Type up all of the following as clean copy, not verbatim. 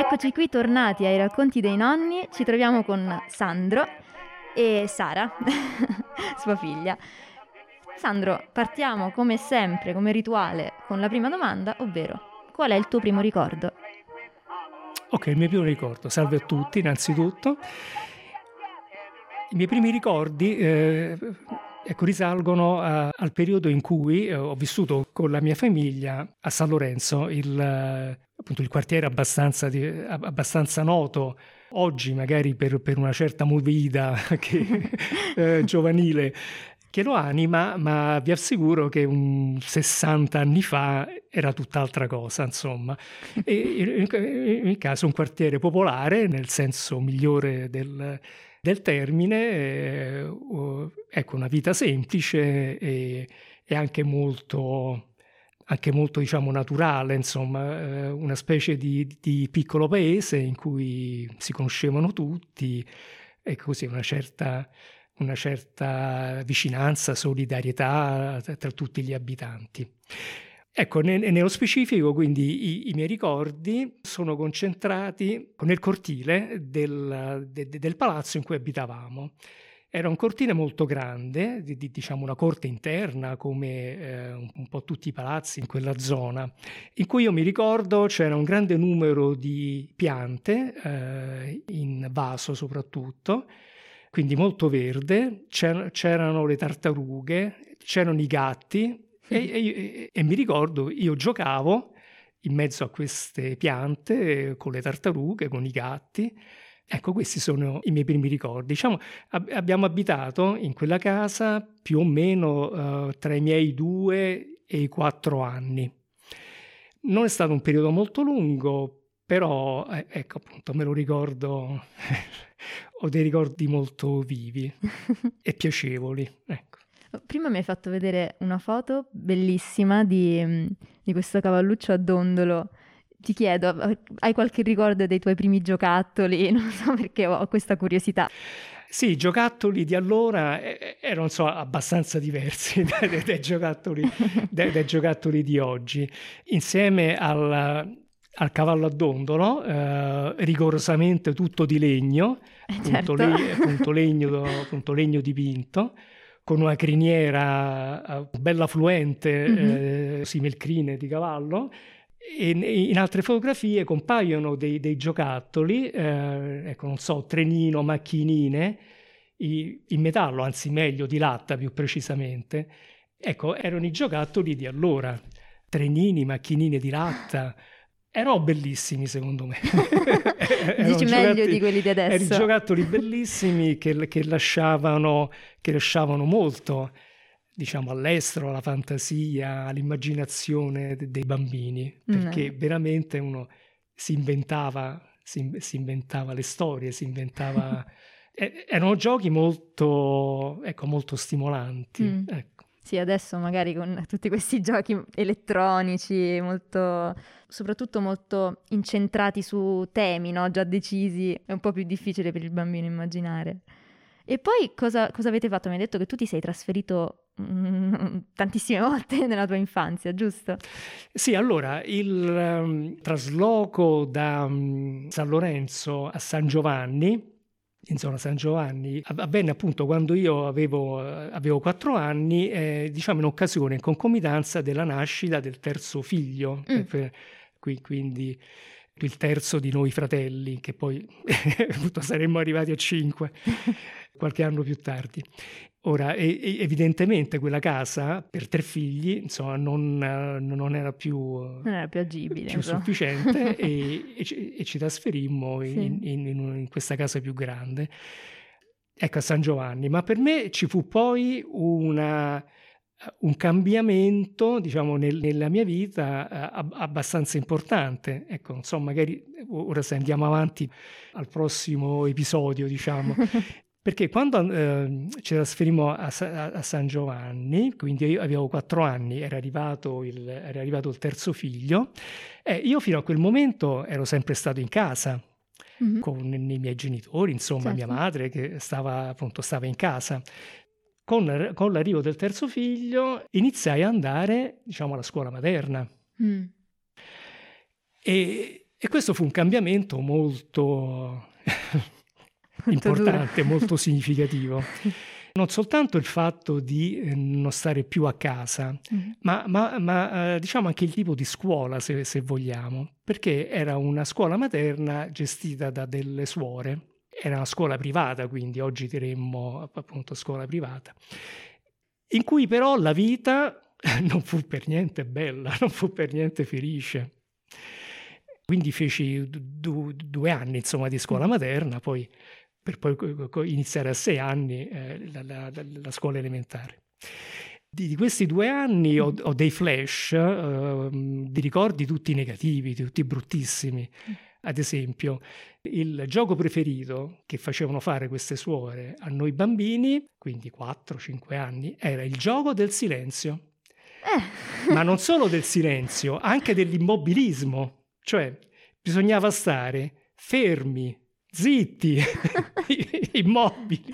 Eccoci qui tornati ai racconti dei nonni, ci troviamo con Sandro e Sara, sua figlia. Sandro, partiamo come sempre, come rituale, con la prima domanda, ovvero qual è il tuo primo ricordo? Ok, il mio primo ricordo. Salve a tutti, innanzitutto. I miei primi ricordi risalgono al periodo in cui ho vissuto con la mia famiglia a San Lorenzo, appunto il quartiere abbastanza noto oggi, magari per una certa movida giovanile che lo anima, ma vi assicuro che 60 anni fa era tutt'altra cosa, insomma. E in ogni caso un quartiere popolare, nel senso migliore del termine, ecco, una vita semplice e anche molto diciamo naturale, insomma, una specie di piccolo paese in cui si conoscevano tutti e così una certa vicinanza, solidarietà tra tutti gli abitanti. Ecco, nello specifico, quindi, i miei ricordi sono concentrati nel cortile del palazzo in cui abitavamo. Era un cortile molto grande, diciamo una corte interna, come un po' tutti i palazzi in quella zona, in cui io mi ricordo c'era un grande numero di piante, in vaso soprattutto, quindi molto verde, c'erano le tartarughe, c'erano i gatti e mi ricordo io giocavo in mezzo a queste piante con le tartarughe, con i gatti. Ecco, questi sono i miei primi ricordi. Diciamo, abbiamo abitato in quella casa più o meno tra i miei 2 e i 4 anni. Non è stato un periodo molto lungo, però ecco, appunto, me lo ricordo, ho dei ricordi molto vivi e piacevoli, ecco. Prima mi hai fatto vedere una foto bellissima di questo cavalluccio a dondolo. Ti chiedo, hai qualche ricordo dei tuoi primi giocattoli? Non so, perché ho questa curiosità. Sì, i giocattoli di allora erano abbastanza diversi dai giocattoli di oggi. Insieme al cavallo a dondolo, rigorosamente tutto di legno, Certo. punto legno dipinto, con una criniera bella fluente, similcrine di cavallo. E in altre fotografie compaiono dei giocattoli, ecco, non so, trenino, macchinine, in metallo, anzi meglio di latta più precisamente. Ecco, erano i giocattoli di allora, trenini, macchinine di latta. Erano bellissimi, secondo me. Dici meglio di quelli di adesso. Erano giocattoli bellissimi che lasciavano molto, diciamo, all'estero, alla fantasia, all'immaginazione dei bambini, perché veramente uno si inventava le storie, erano giochi molto, ecco, molto stimolanti. Ecco. Sì, adesso magari con tutti questi giochi elettronici, soprattutto molto incentrati su temi, no? Già decisi, è un po' più difficile per il bambino immaginare. E poi cosa avete fatto? Mi hai detto che tu ti sei trasferito tantissime volte nella tua infanzia, giusto? Sì, allora il trasloco da San Lorenzo a San Giovanni, in zona San Giovanni, avvenne appunto quando io avevo 4 anni, diciamo in occasione, in concomitanza della nascita del terzo figlio, quindi il terzo di noi fratelli, che poi appunto saremmo arrivati a 5 qualche anno più tardi. Ora, evidentemente quella casa per 3 figli, insomma, non era più agibile, più sufficiente e ci trasferimmo in questa casa più grande, ecco, a San Giovanni. Ma per me ci fu poi un cambiamento, diciamo, nella mia vita abbastanza importante. Ecco, insomma, magari ora se andiamo avanti al prossimo episodio, diciamo. Perché quando ci trasferimmo a San Giovanni, quindi io avevo 4 anni, era arrivato il terzo figlio, io fino a quel momento ero sempre stato in casa con i miei genitori, insomma, certo. Mia madre che stava in casa. Con l'arrivo del terzo figlio iniziai ad andare, diciamo, alla scuola materna. E E questo fu un cambiamento molto importante, molto significativo. Non soltanto il fatto di non stare più a casa, ma diciamo anche il tipo di scuola, se vogliamo, perché era una scuola materna gestita da delle suore. Era una scuola privata, quindi oggi diremmo appunto scuola privata, in cui però la vita non fu per niente bella, non fu per niente felice. Quindi feci 2 anni, insomma, di scuola materna, poi per poi iniziare a 6 anni la scuola elementare. Di questi 2 anni ho dei flash di ricordi tutti negativi, tutti bruttissimi. Ad esempio, il gioco preferito che facevano fare queste suore a noi bambini, quindi 4-5 anni, era il gioco del silenzio. Ma non solo del silenzio, anche dell'immobilismo. Cioè, bisognava stare fermi, zitti, immobili.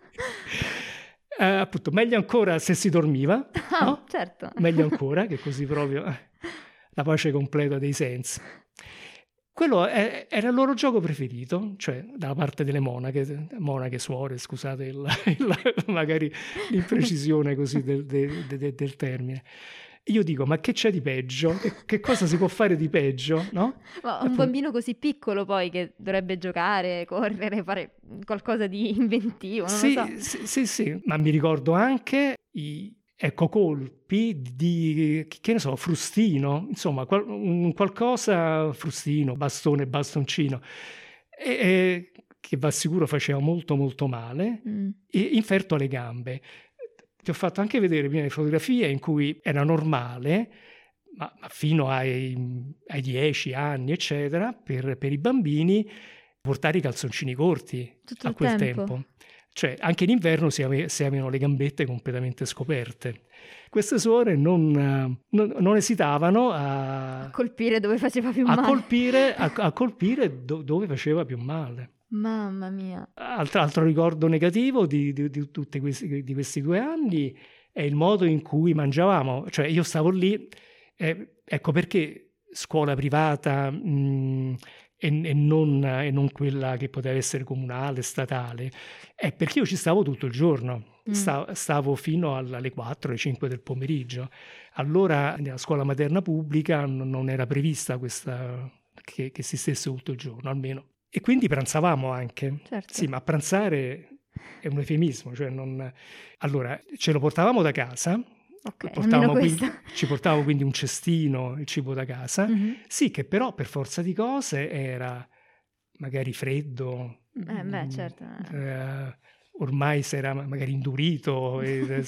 Appunto, meglio ancora se si dormiva, no? Certo. Meglio ancora, che così proprio la pace completa dei sensi. Quello era il loro gioco preferito, cioè dalla parte delle monache suore, scusate magari l'imprecisione così del termine. Io dico, ma che c'è di peggio? Che cosa si può fare di peggio? No? Ma un bambino così piccolo poi che dovrebbe giocare, correre, fare qualcosa di inventivo, non lo so. Sì, ma mi ricordo anche i colpi di, che ne so, frustino, insomma, qualcosa, frustino, bastone, bastoncino, che va sicuro faceva molto molto male, e inferto alle gambe. Ti ho fatto anche vedere prima le fotografie in cui era normale, ma fino ai 10 anni, eccetera, per i bambini portare i calzoncini corti tutto a quel tempo. Cioè, anche in inverno si avevano le gambette completamente scoperte. Queste suore non esitavano a colpire dove faceva più male. A colpire dove faceva più male. Mamma mia. Altro ricordo negativo di questi 2 anni è il modo in cui mangiavamo. Cioè, io stavo lì, ecco perché scuola privata e non quella che poteva essere comunale, statale, è perché io ci stavo tutto il giorno. Stavo fino alle 4, alle 5 del pomeriggio. Allora nella scuola materna pubblica non era prevista questa che si stesse tutto il giorno, almeno. E quindi pranzavamo anche. Certo. Sì, ma pranzare è un eufemismo, cioè allora ce lo portavamo da casa. Ci portavamo quindi un cestino, il cibo da casa, sì, che però per forza di cose era magari freddo, certo. ormai si era magari indurito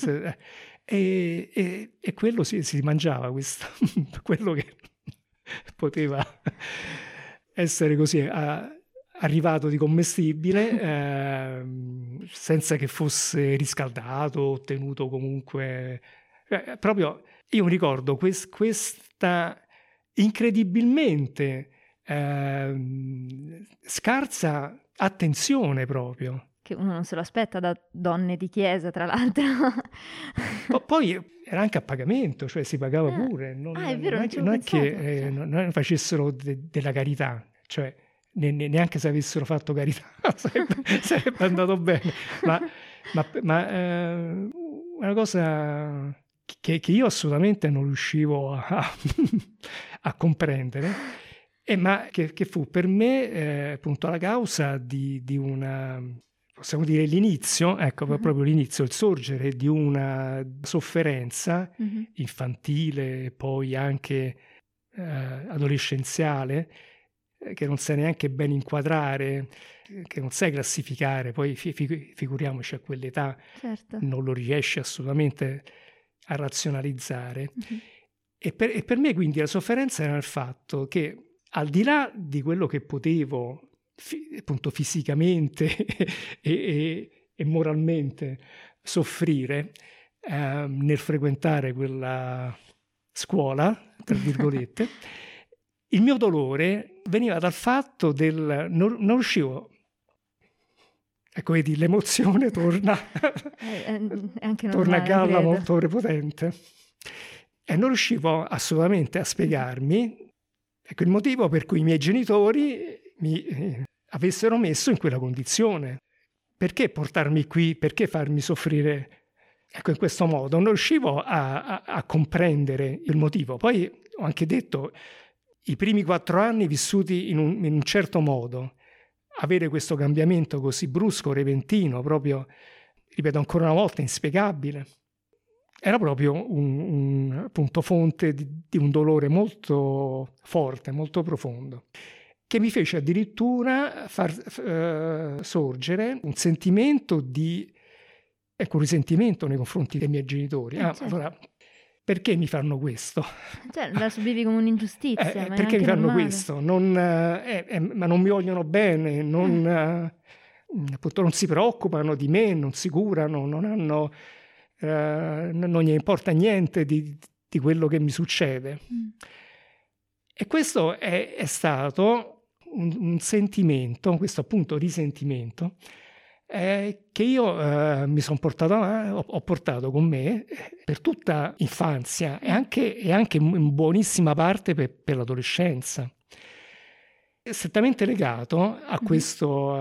e quello si mangiava, questo, quello che poteva essere così arrivato di commestibile, senza che fosse riscaldato o tenuto comunque. Proprio io mi ricordo questa incredibilmente scarsa attenzione proprio. Che uno non se lo aspetta da donne di chiesa, tra l'altro. Poi era anche a pagamento, cioè si pagava pure. È vero, non è che non facessero della carità, cioè neanche se avessero fatto carità sarebbe andato bene. Ma una cosa che io assolutamente non riuscivo a comprendere, ma che fu per me appunto la causa di una, possiamo dire l'inizio, ecco, proprio l'inizio, il sorgere di una sofferenza infantile, poi anche adolescenziale, che non sai neanche ben inquadrare, che non sai classificare, poi figuriamoci a quell'età, certo. Non lo riesci assolutamente a razionalizzare. E per me quindi la sofferenza era il fatto che, al di là di quello che potevo appunto fisicamente e moralmente soffrire nel frequentare quella scuola, tra virgolette, il mio dolore veniva dal fatto non riuscivo. Ecco, vedi, l'emozione torna a galla molto prepotente. E non riuscivo assolutamente a spiegarmi, Ecco il motivo per cui i miei genitori mi avessero messo in quella condizione. Perché portarmi qui? Perché farmi soffrire, ecco, in questo modo? Non riuscivo a comprendere il motivo. Poi ho anche detto, i primi 4 anni vissuti in un certo modo, avere questo cambiamento così brusco, repentino, proprio, ripeto ancora una volta, inspiegabile, era proprio un punto fonte di un dolore molto forte, molto profondo, che mi fece addirittura far sorgere un sentimento un risentimento nei confronti dei miei genitori. Certo. Allora, perché mi fanno questo? Cioè, la subivi come un'ingiustizia, ma è Perché anche mi fanno normale. questo? Ma non mi vogliono bene, appunto non si preoccupano di me, non si curano, non gli importa niente di quello che mi succede. E questo è stato un sentimento, questo appunto risentimento, che io mi sono portato ho portato con me per tutta l'infanzia e anche in buonissima parte per l'adolescenza. È strettamente legato a questo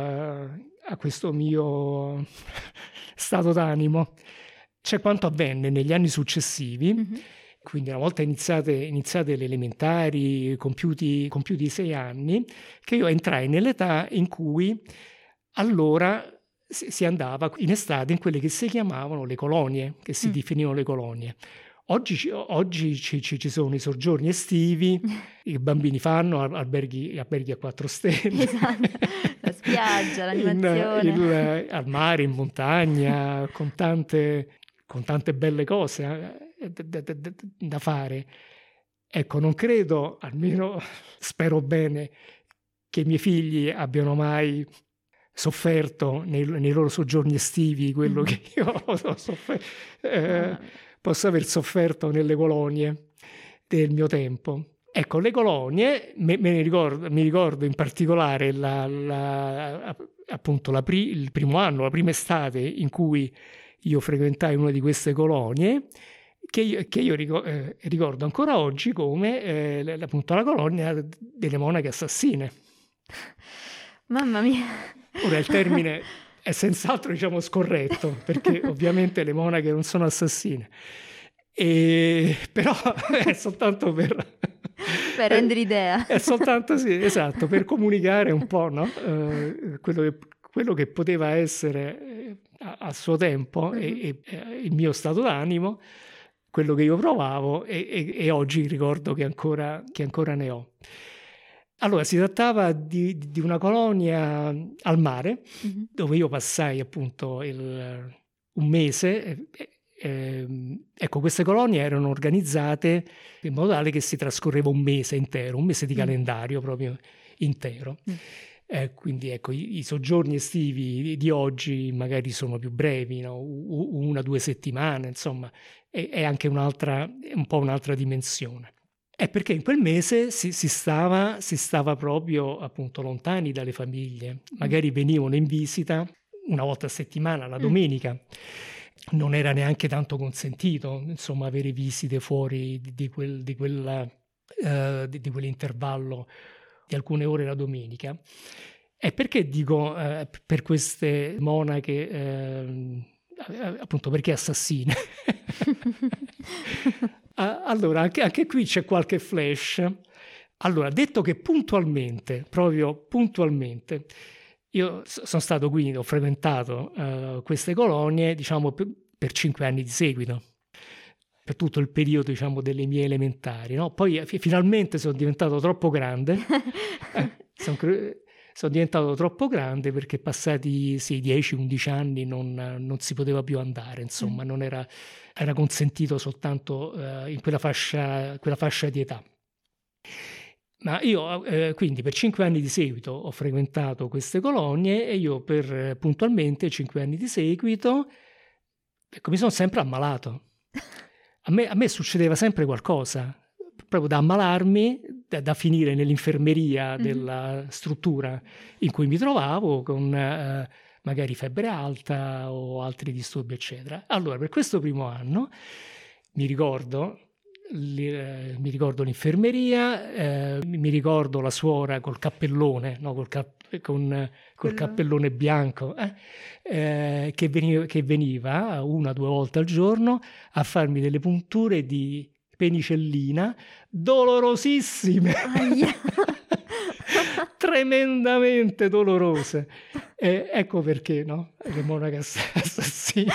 mio stato d'animo. C'è quanto avvenne negli anni successivi, quindi una volta iniziate le elementari, compiuti i 6 anni, che io entrai nell'età in cui allora si andava in estate in quelle che si chiamavano le colonie, che si definivano le colonie. Oggi ci sono i soggiorni estivi, i bambini fanno alberghi a 4 stelle. Esatto, la spiaggia, l'animazione. Al mare, in montagna, con tante belle cose da fare. Ecco, non credo, almeno spero bene, che i miei figli abbiano mai sofferto nei loro soggiorni estivi quello che io ho sofferto, posso aver sofferto nelle colonie del mio tempo. Ecco, le colonie, mi ricordo in particolare appunto il primo anno, la prima estate in cui io frequentai una di queste colonie, che io ricordo ancora oggi come appunto la colonia delle monache assassine. Mamma mia! Ora il termine è senz'altro, diciamo, scorretto, perché ovviamente le monache non sono assassine. Però è soltanto per rendere idea. È soltanto, sì, esatto, per comunicare un po', no? Quello che poteva essere a suo tempo e il mio stato d'animo, quello che io provavo e oggi ricordo che ancora ne ho. Allora, si trattava di una colonia al mare, dove io passai appunto un mese. Ecco, queste colonie erano organizzate in modo tale che si trascorreva un mese intero, un mese di calendario proprio intero. Quindi ecco, i soggiorni estivi di oggi magari sono più brevi, no? 1 o 2 settimane, insomma, è anche un po' un'altra dimensione. È perché in quel mese si stava proprio appunto lontani dalle famiglie, magari venivano in visita una volta a settimana, la domenica. Non era neanche tanto consentito, insomma, avere visite fuori di quell'intervallo di alcune ore la domenica. E perché dico per queste monache, appunto perché assassine? Allora, anche qui c'è qualche flash. Allora, detto che proprio puntualmente, io sono stato qui, ho frequentato queste colonie, diciamo, per 5 anni di seguito, per tutto il periodo, diciamo, delle mie elementari, no? Poi finalmente sono diventato troppo grande, sono diventato troppo grande perché passati 10-11 anni non si poteva più andare, insomma, non era consentito soltanto in quella fascia di età. Ma io quindi per 5 anni di seguito ho frequentato queste colonie e io per puntualmente 5 anni di seguito, ecco, mi sono sempre ammalato. A me succedeva sempre qualcosa, proprio da ammalarmi, da finire nell'infermeria della struttura in cui mi trovavo con magari febbre alta o altri disturbi, eccetera. Allora, per questo primo anno mi ricordo mi ricordo l'infermeria, mi ricordo la suora col cappellone, no, col cappellone bianco, che veniva 1 o 2 volte al giorno a farmi delle punture di penicillina dolorosissime, tremendamente dolorose. Ecco perché, no? Le monache assassine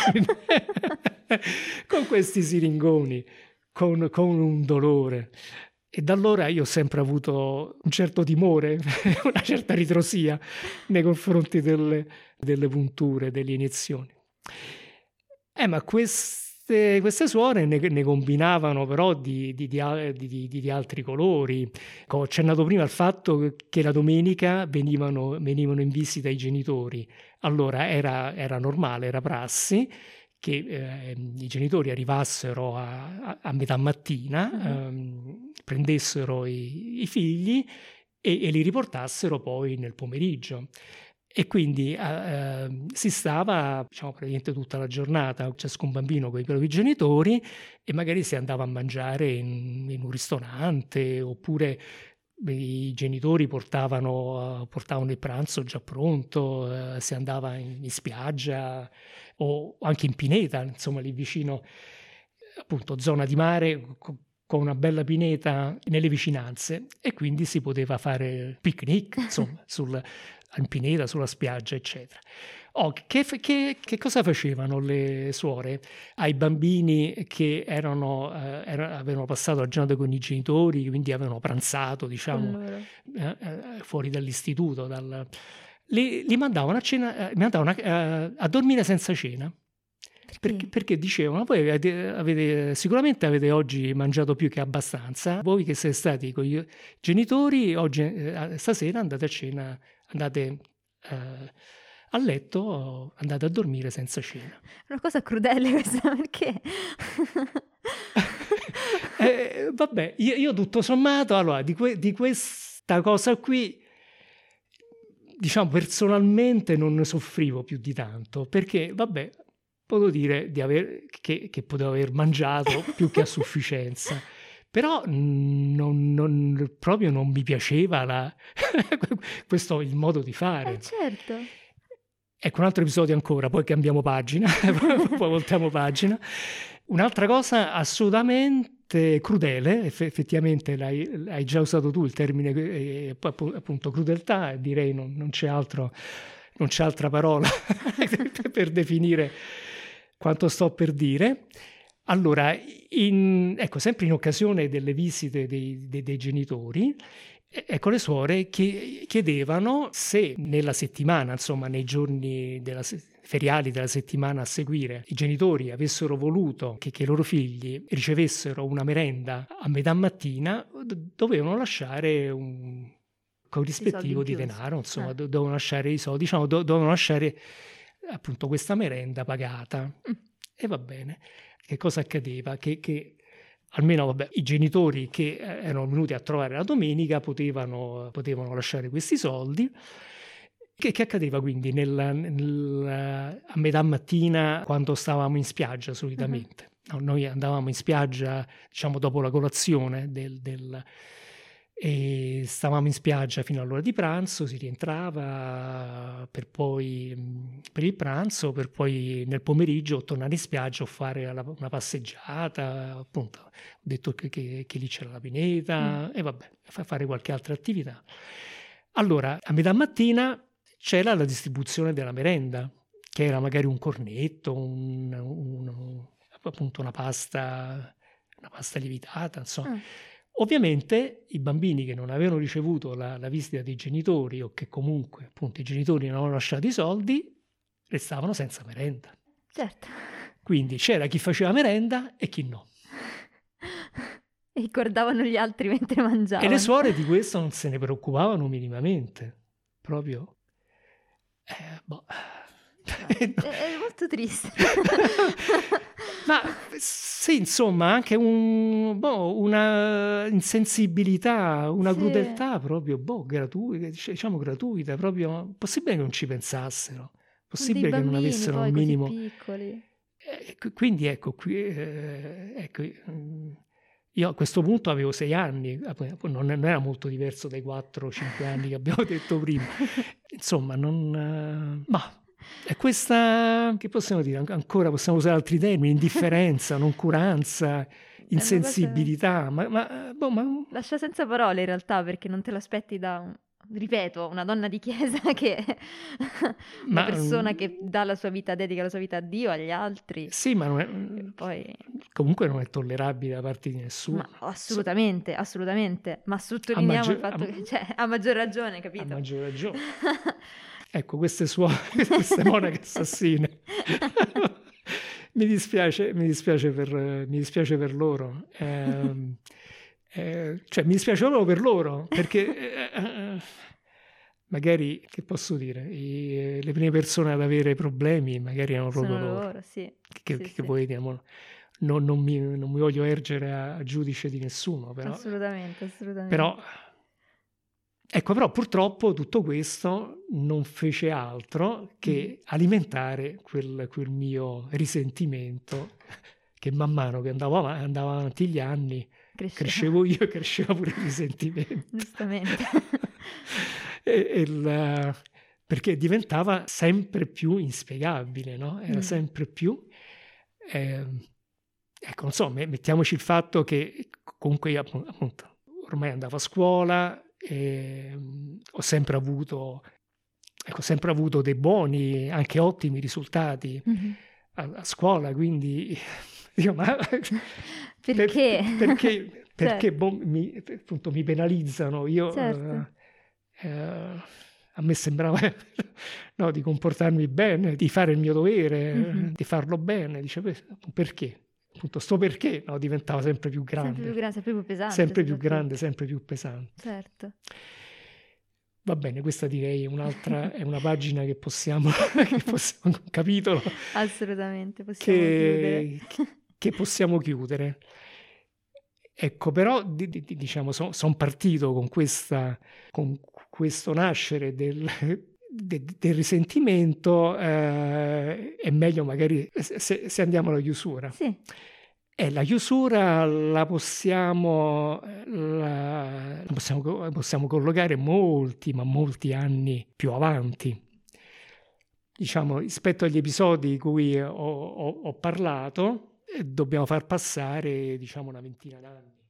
con questi siringoni, con un dolore. E da allora io ho sempre avuto un certo timore, una certa ritrosia nei confronti delle punture, delle iniezioni. Ma queste suore ne combinavano però di altri colori. Ho accennato prima al fatto che la domenica venivano in visita i genitori. Allora era normale, era prassi che i genitori arrivassero a metà mattina, prendessero i figli e li riportassero poi nel pomeriggio. E quindi si stava, diciamo, praticamente tutta la giornata, ciascun bambino con i propri genitori, e magari si andava a mangiare in un ristorante, oppure i genitori portavano il pranzo già pronto, si andava in spiaggia o anche in pineta, insomma lì vicino, appunto zona di mare, con una bella pineta nelle vicinanze, e quindi si poteva fare picnic, insomma, in pineta, sulla spiaggia, eccetera. Che cosa facevano le suore ai bambini che avevano passato la giornata con i genitori, quindi avevano pranzato, diciamo, fuori dall'istituto? Li mandavano a cena, a dormire senza cena. Perché dicevano: voi sicuramente avete oggi mangiato più che abbastanza, voi che siete stati con i genitori, oggi stasera andate a cena, andate a letto, andate a dormire senza cena. È una cosa crudele questa, perché? Vabbè, io tutto sommato, allora, di questa cosa qui, diciamo, personalmente non ne soffrivo più di tanto, perché, vabbè, potevo dire che potevo aver mangiato più che a sufficienza. Però proprio non mi piaceva questo il modo di fare. Certo. Ecco, un altro episodio ancora, poi cambiamo pagina, poi voltiamo pagina. Un'altra cosa assolutamente crudele, effettivamente hai già usato tu il termine, appunto, crudeltà, e direi non c'è altra parola per definire quanto sto per dire. Allora, sempre in occasione delle visite dei genitori, ecco, le suore chiedevano se nella settimana, insomma, nei giorni feriali della settimana a seguire, i genitori avessero voluto che i loro figli ricevessero una merenda a metà mattina, dovevano lasciare un corrispettivo di denaro, insomma, dovevano lasciare i soldi, diciamo, dovevano lasciare appunto questa merenda pagata. E va bene. Che cosa accadeva? Che almeno, vabbè, i genitori che erano venuti a trovare la domenica potevano lasciare questi soldi. Che accadeva quindi a metà mattina, quando stavamo in spiaggia solitamente? No, noi andavamo in spiaggia, diciamo, dopo la colazione e stavamo in spiaggia fino all'ora di pranzo, si rientrava per il pranzo, per poi nel pomeriggio tornare in spiaggia o fare una passeggiata, appunto. Ho detto che lì c'era la pineta e vabbè, fare qualche altra attività. Allora, a metà mattina c'era la distribuzione della merenda, che era magari un cornetto, appunto una pasta lievitata, insomma. Ovviamente i bambini che non avevano ricevuto la visita dei genitori, o che comunque, appunto, i genitori non avevano lasciato i soldi, restavano senza merenda. Certo. Quindi c'era chi faceva merenda e chi no. E guardavano gli altri mentre mangiavano. E le suore di questo non se ne preoccupavano minimamente. Proprio... È molto triste. Ma sì, insomma, anche una insensibilità, una crudeltà proprio gratuita, diciamo gratuita, proprio. Possibile che non ci pensassero, possibile che non avessero un minimo. Così piccoli. Quindi ecco qui, Io a questo punto avevo 6 anni, non era molto diverso dai 4-5 anni che abbiamo detto prima. Insomma, ma è questa, che possiamo dire, ancora possiamo usare altri termini, indifferenza, noncuranza, insensibilità, ma lascia senza parole in realtà, perché non te lo aspetti ripeto, una donna di chiesa che una persona che dà la sua vita, dedica la sua vita a Dio, agli altri. Sì, ma non è, poi comunque non è tollerabile da parte di nessuno. Ma assolutamente, ma sottolineiamo il fatto che ha maggior ragione, capito? Ha maggior ragione. Ecco, queste monache assassine. Mi dispiace per loro. Cioè, mi dispiace proprio per loro, perché magari, che posso dire, le prime persone ad avere problemi magari erano proprio loro. Sì. Che voi diciamo, non mi voglio ergere a giudice di nessuno, però. Assolutamente. Però purtroppo tutto questo non fece altro che alimentare quel mio risentimento, che man mano che andava avanti gli anni, crescevo io e cresceva pure il risentimento. Giustamente. Perché diventava sempre più inspiegabile, no? Era sempre più... ecco, non so, mettiamoci il fatto che comunque io appunto ormai andavo a scuola e ho sempre avuto dei buoni, anche ottimi risultati a scuola, quindi dico, ma perché? Perché appunto, mi penalizzano? Io a me sembrava di comportarmi bene, di fare il mio dovere, di farlo bene. Dice, perché? Appunto, perché diventava sempre più grande. Sempre più pesante. Sempre più grande, sempre più pesante. Certo. Va bene, questa direi è una pagina che possiamo, un capitolo. Assolutamente, possiamo chiudere. Che possiamo chiudere. Ecco, però diciamo, sono partito con questo nascere del risentimento, è meglio magari se andiamo alla chiusura. Sì. La chiusura la possiamo collocare molti anni più avanti. Diciamo, rispetto agli episodi di cui ho parlato, dobbiamo far passare, diciamo, una ventina d'anni.